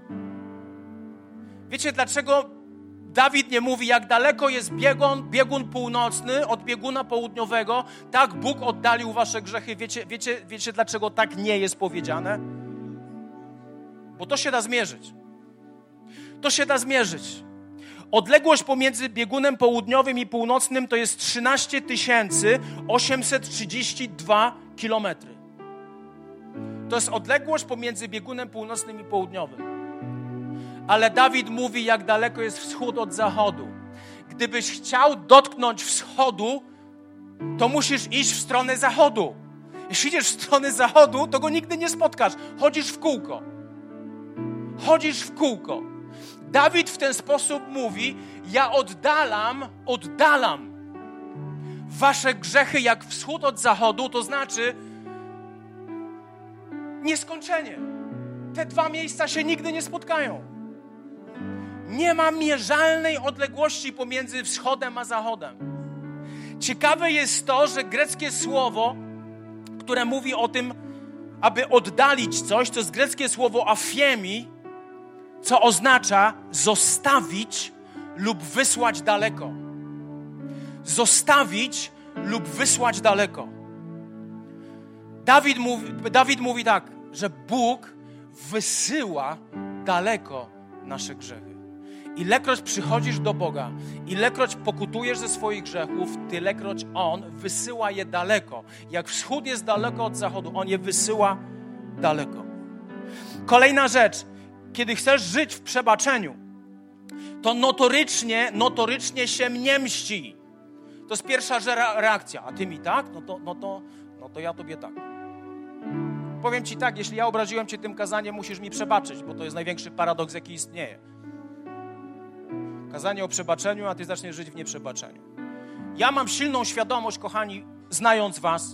Wiecie dlaczego Dawid nie mówi, jak daleko jest biegun, biegun północny od bieguna południowego, tak Bóg oddalił wasze grzechy. Wiecie, wiecie, wiecie dlaczego tak nie jest powiedziane? Bo to się da zmierzyć. To się da zmierzyć. Odległość pomiędzy biegunem południowym i północnym to jest trzynaście tysięcy osiemset trzydzieści dwa kilometry. To jest odległość pomiędzy biegunem północnym i południowym. Ale Dawid mówi, jak daleko jest wschód od zachodu. Gdybyś chciał dotknąć wschodu, to musisz iść w stronę zachodu. Jeśli idziesz w stronę zachodu, to go nigdy nie spotkasz. Chodzisz w kółko. Chodzisz w kółko. Dawid w ten sposób mówi, ja oddalam, oddalam wasze grzechy jak wschód od zachodu, to znaczy nieskończenie. Te dwa miejsca się nigdy nie spotkają. Nie ma mierzalnej odległości pomiędzy wschodem a zachodem. Ciekawe jest to, że greckie słowo, które mówi o tym, aby oddalić coś, to jest greckie słowo afiemi, co oznacza zostawić lub wysłać daleko. Zostawić lub wysłać daleko. Dawid mówi, Dawid mówi tak, że Bóg wysyła daleko nasze grzechy. Ilekroć przychodzisz do Boga, ilekroć pokutujesz ze swoich grzechów, tylekroć On wysyła je daleko. Jak wschód jest daleko od zachodu, On je wysyła daleko. Kolejna rzecz. Kiedy chcesz żyć w przebaczeniu, to notorycznie, notorycznie się mnie mści. To jest pierwsza reakcja. A ty mi tak? No to, no to, no to ja tobie tak. Powiem ci tak, jeśli ja obraziłem cię tym kazaniem, musisz mi przebaczyć, bo to jest największy paradoks, jaki istnieje. Kazanie o przebaczeniu, a ty zaczniesz żyć w nieprzebaczeniu. Ja mam silną świadomość, kochani, znając was,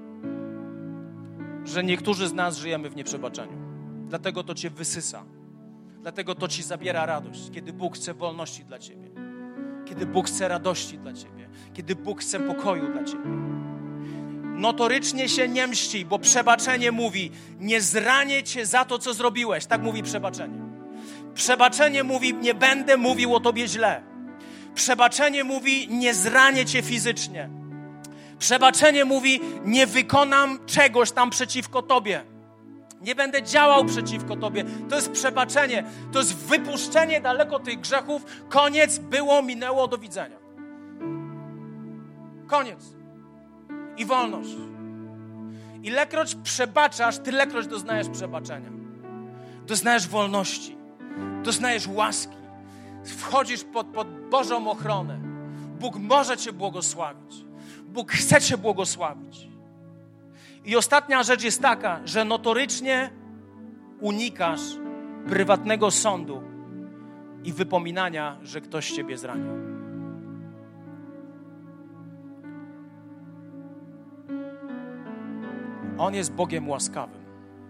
że niektórzy z nas żyjemy w nieprzebaczeniu. Dlatego to cię wysysa. Dlatego to ci zabiera radość, kiedy Bóg chce wolności dla ciebie. Kiedy Bóg chce radości dla ciebie. Kiedy Bóg chce pokoju dla ciebie. Notorycznie się nie mści, bo przebaczenie mówi, nie zranię cię za to, co zrobiłeś. Tak mówi przebaczenie. Przebaczenie mówi, nie będę mówił o tobie źle. Przebaczenie mówi, nie zranię cię fizycznie. Przebaczenie mówi, nie wykonam czegoś tam przeciwko tobie. Nie będę działał przeciwko tobie. To jest przebaczenie. To jest wypuszczenie daleko tych grzechów. Koniec, było, minęło, do widzenia. Koniec. I wolność. Ilekroć przebaczasz, tylekroć doznajesz przebaczenia. Doznajesz wolności. Doznajesz łaski. Wchodzisz pod, pod Bożą ochronę. Bóg może cię błogosławić. Bóg chce cię błogosławić. I ostatnia rzecz jest taka, że notorycznie unikasz prywatnego sądu i wypominania, że ktoś ciebie zranił. On jest Bogiem łaskawym.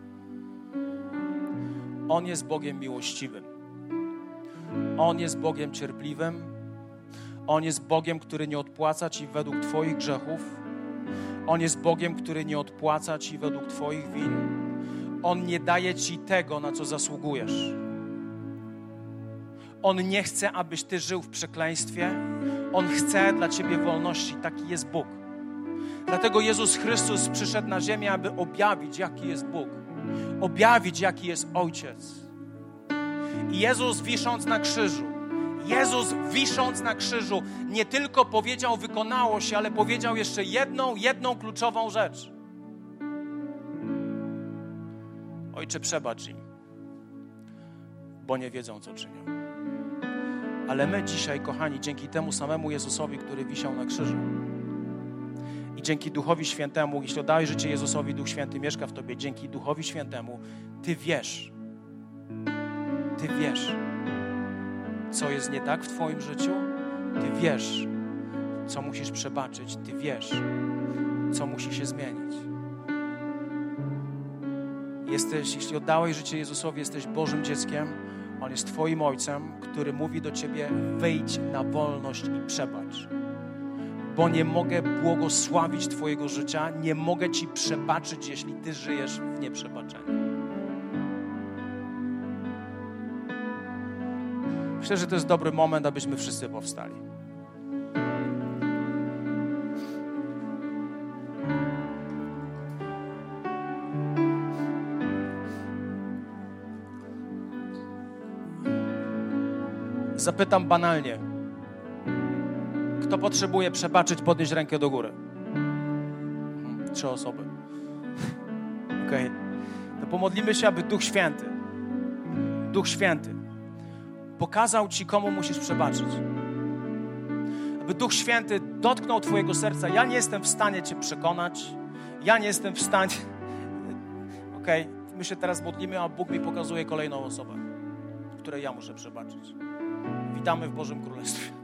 On jest Bogiem miłościwym. On jest Bogiem cierpliwym. On jest Bogiem, który nie odpłaca ci według twoich grzechów. On jest Bogiem, który nie odpłaca ci według twoich win. On nie daje ci tego, na co zasługujesz. On nie chce, abyś ty żył w przekleństwie. On chce dla ciebie wolności. Taki jest Bóg. Dlatego Jezus Chrystus przyszedł na ziemię, aby objawić, jaki jest Bóg. Objawić, jaki jest Ojciec. I Jezus wisząc na krzyżu, Jezus wisząc na krzyżu nie tylko powiedział, wykonało się, ale powiedział jeszcze jedną, jedną kluczową rzecz. Ojcze, przebacz im, bo nie wiedzą, co czynią. Ale my dzisiaj, kochani, dzięki temu samemu Jezusowi, który wisiał na krzyżu i dzięki Duchowi Świętemu, jeśli oddałeś życie Jezusowi, Duch Święty mieszka w tobie, dzięki Duchowi Świętemu, ty wiesz, ty wiesz, co jest nie tak w twoim życiu, ty wiesz, co musisz przebaczyć, ty wiesz, co musi się zmienić. Jesteś, jeśli oddałeś życie Jezusowi, jesteś Bożym dzieckiem, On jest twoim Ojcem, który mówi do ciebie: wejdź na wolność i przebacz. Bo nie mogę błogosławić twojego życia, nie mogę ci przebaczyć, jeśli ty żyjesz w nieprzebaczeniu. Myślę, że to jest dobry moment, abyśmy wszyscy powstali. Zapytam banalnie. Kto potrzebuje przebaczyć, podnieść rękę do góry? Hmm, trzy osoby. Okej. Okay. To pomodlimy się, aby Duch Święty, Duch Święty pokazał ci, komu musisz przebaczyć. Aby Duch Święty dotknął twojego serca. Ja nie jestem w stanie cię przekonać. Ja nie jestem w stanie... Okej. Okay. My się teraz modlimy, a Bóg mi pokazuje kolejną osobę, której ja muszę przebaczyć. Witamy w Bożym Królestwie.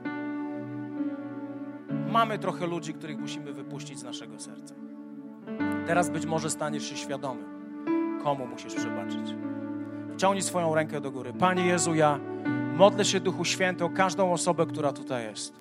Mamy trochę ludzi, których musimy wypuścić z naszego serca. Teraz być może staniesz się świadomy, komu musisz przebaczyć. Wciągnij swoją rękę do góry. Panie Jezu, ja modlę się, Duchu Święty, o każdą osobę, która tutaj jest.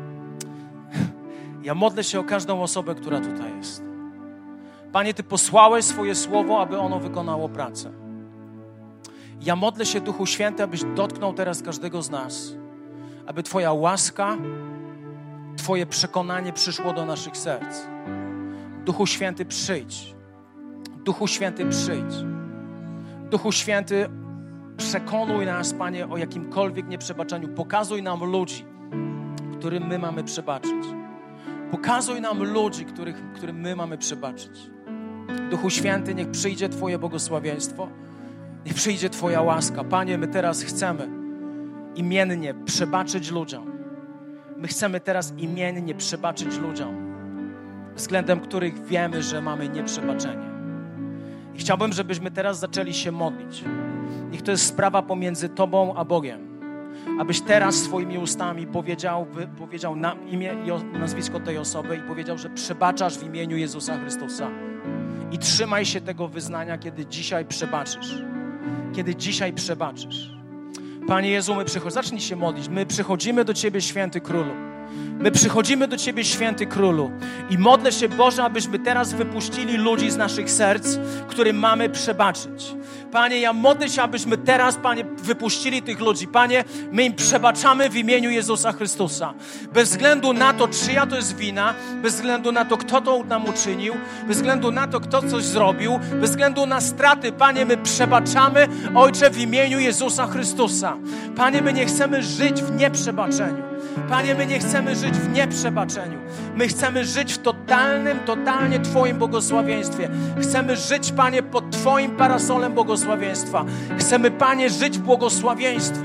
Ja modlę się o każdą osobę, która tutaj jest. Panie, Ty posłałeś swoje słowo, aby ono wykonało pracę. Ja modlę się, Duchu Święty, abyś dotknął teraz każdego z nas, aby Twoja łaska, Twoje przekonanie przyszło do naszych serc. Duchu Święty, przyjdź. Duchu Święty, przyjdź. Duchu Święty, przekonuj nas, Panie, o jakimkolwiek nieprzebaczeniu. Pokazuj nam ludzi, którym my mamy przebaczyć. Pokazuj nam ludzi, których, którym my mamy przebaczyć. Duchu Święty, niech przyjdzie Twoje błogosławieństwo. Niech przyjdzie Twoja łaska. Panie, my teraz chcemy imiennie przebaczyć ludziom. My chcemy teraz imiennie przebaczyć ludziom, względem których wiemy, że mamy nieprzebaczenie. I chciałbym, żebyśmy teraz zaczęli się modlić. Niech to jest sprawa pomiędzy Tobą a Bogiem. Abyś teraz swoimi ustami powiedział, powiedział na imię i nazwisko tej osoby i powiedział, że przebaczasz w imieniu Jezusa Chrystusa. I trzymaj się tego wyznania, kiedy dzisiaj przebaczysz. Kiedy dzisiaj przebaczysz. Panie Jezu, my przychodzimy, zacznij się modlić. My przychodzimy do Ciebie, Święty Królu. My przychodzimy do Ciebie, Święty Królu. I modlę się, Boże, abyśmy teraz wypuścili ludzi z naszych serc, którym mamy przebaczyć. Panie, ja modlę się, abyśmy teraz, Panie, wypuścili tych ludzi. Panie, my im przebaczamy w imieniu Jezusa Chrystusa. Bez względu na to, czyja to jest wina, bez względu na to, kto to nam uczynił, bez względu na to, kto coś zrobił, bez względu na straty, Panie, my przebaczamy, Ojcze, w imieniu Jezusa Chrystusa. Panie, my nie chcemy żyć w nieprzebaczeniu. Panie, my nie chcemy żyć w nieprzebaczeniu. My chcemy żyć w totalnym, totalnie Twoim błogosławieństwie. Chcemy żyć, Panie, pod Twoim parasolem błogosławieństwa. Chcemy, Panie, żyć w błogosławieństwie.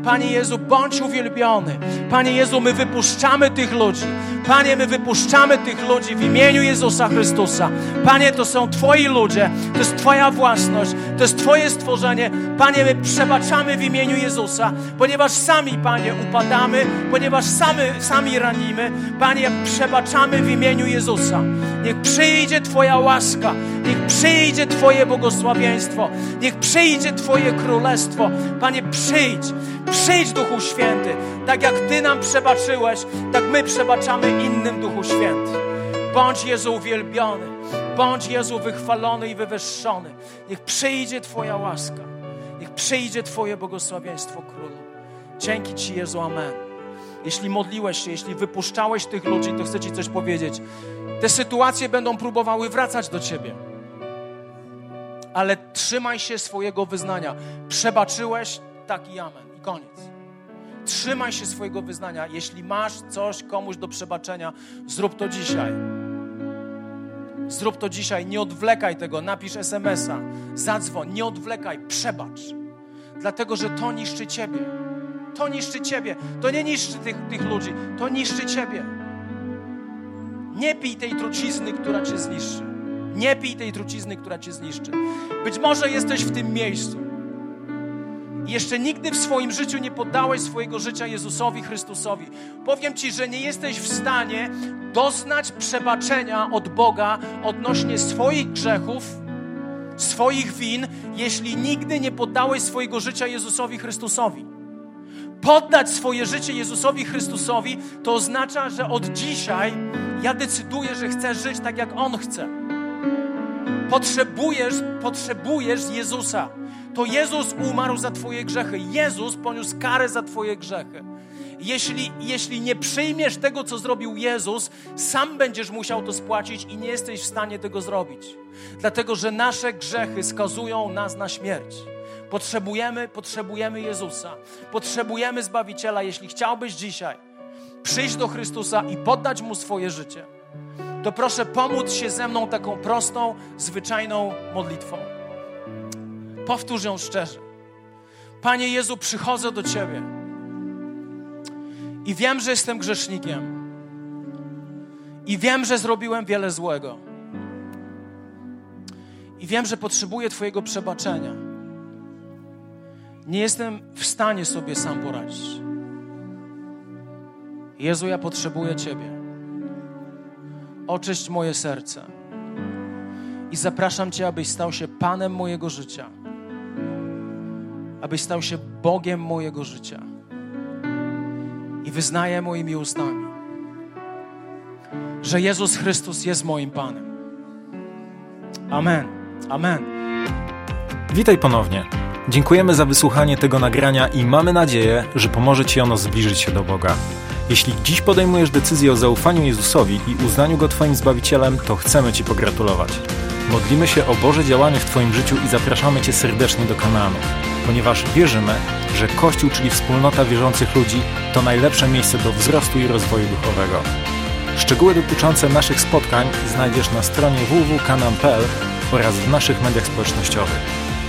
Panie Jezu, bądź uwielbiony. Panie Jezu, my wypuszczamy tych ludzi. Panie, my wypuszczamy tych ludzi w imieniu Jezusa Chrystusa. Panie, to są Twoi ludzie, to jest Twoja własność, to jest Twoje stworzenie. Panie, my przebaczamy w imieniu Jezusa, ponieważ sami, Panie, upadamy, ponieważ sami, sami ranimy. Panie, przebaczamy w imieniu Jezusa. Niech przyjdzie Twoja łaska, niech przyjdzie Twoje błogosławieństwo, niech przyjdzie Twoje królestwo. Panie, przyjdź, przyjdź, Duchu Święty. Tak jak Ty nam przebaczyłeś, tak my przebaczamy innym, Duchu Święty. Bądź, Jezu, uwielbiony, bądź, Jezu, wychwalony i wywyższony. Niech przyjdzie Twoja łaska, niech przyjdzie Twoje błogosławieństwo, Królu. Dzięki Ci, Jezu, amen. Jeśli modliłeś się, jeśli wypuszczałeś tych ludzi, to chcę Ci coś powiedzieć. Te sytuacje będą próbowały wracać do Ciebie. Ale trzymaj się swojego wyznania. Przebaczyłeś, tak i amen. I koniec. Trzymaj się swojego wyznania. Jeśli masz coś komuś do przebaczenia, zrób to dzisiaj. Zrób to dzisiaj. Nie odwlekaj tego. Napisz es em es a. Zadzwoń. Nie odwlekaj. Przebacz. Dlatego, że to niszczy Ciebie. To niszczy Ciebie. To nie niszczy tych, tych ludzi. To niszczy Ciebie. Nie pij tej trucizny, która Cię zniszczy. Nie pij tej trucizny, która Cię zniszczy. Być może jesteś w tym miejscu i jeszcze nigdy w swoim życiu nie poddałeś swojego życia Jezusowi Chrystusowi. Powiem Ci, że nie jesteś w stanie doznać przebaczenia od Boga odnośnie swoich grzechów, swoich win, jeśli nigdy nie poddałeś swojego życia Jezusowi Chrystusowi. Poddać swoje życie Jezusowi Chrystusowi to oznacza, że od dzisiaj ja decyduję, że chcę żyć tak, jak On chce. Potrzebujesz, potrzebujesz Jezusa. To Jezus umarł za Twoje grzechy. Jezus poniósł karę za Twoje grzechy. Jeśli, jeśli nie przyjmiesz tego, co zrobił Jezus, sam będziesz musiał to spłacić i nie jesteś w stanie tego zrobić. Dlatego, że nasze grzechy skazują nas na śmierć. Potrzebujemy, potrzebujemy Jezusa. Potrzebujemy Zbawiciela. Jeśli chciałbyś dzisiaj przyjść do Chrystusa i poddać Mu swoje życie, to proszę pomóc się ze mną taką prostą, zwyczajną modlitwą. Powtórz ją szczerze. Panie Jezu, przychodzę do Ciebie i wiem, że jestem grzesznikiem i wiem, że zrobiłem wiele złego i wiem, że potrzebuję Twojego przebaczenia. Nie jestem w stanie sobie sam poradzić. Jezu, ja potrzebuję Ciebie. Oczyść moje serce i zapraszam Cię, abyś stał się Panem mojego życia, abyś stał się Bogiem mojego życia. I wyznaję moimi ustami, że Jezus Chrystus jest moim Panem. Amen. Amen. Witaj ponownie. Dziękujemy za wysłuchanie tego nagrania i mamy nadzieję, że pomoże Ci ono zbliżyć się do Boga. Jeśli dziś podejmujesz decyzję o zaufaniu Jezusowi i uznaniu Go Twoim Zbawicielem, to chcemy Ci pogratulować. Modlimy się o Boże działanie w Twoim życiu i zapraszamy Cię serdecznie do Kanaanu, ponieważ wierzymy, że Kościół, czyli wspólnota wierzących ludzi, to najlepsze miejsce do wzrostu i rozwoju duchowego. Szczegóły dotyczące naszych spotkań znajdziesz na stronie w w w kropka kanaan kropka p l oraz w naszych mediach społecznościowych.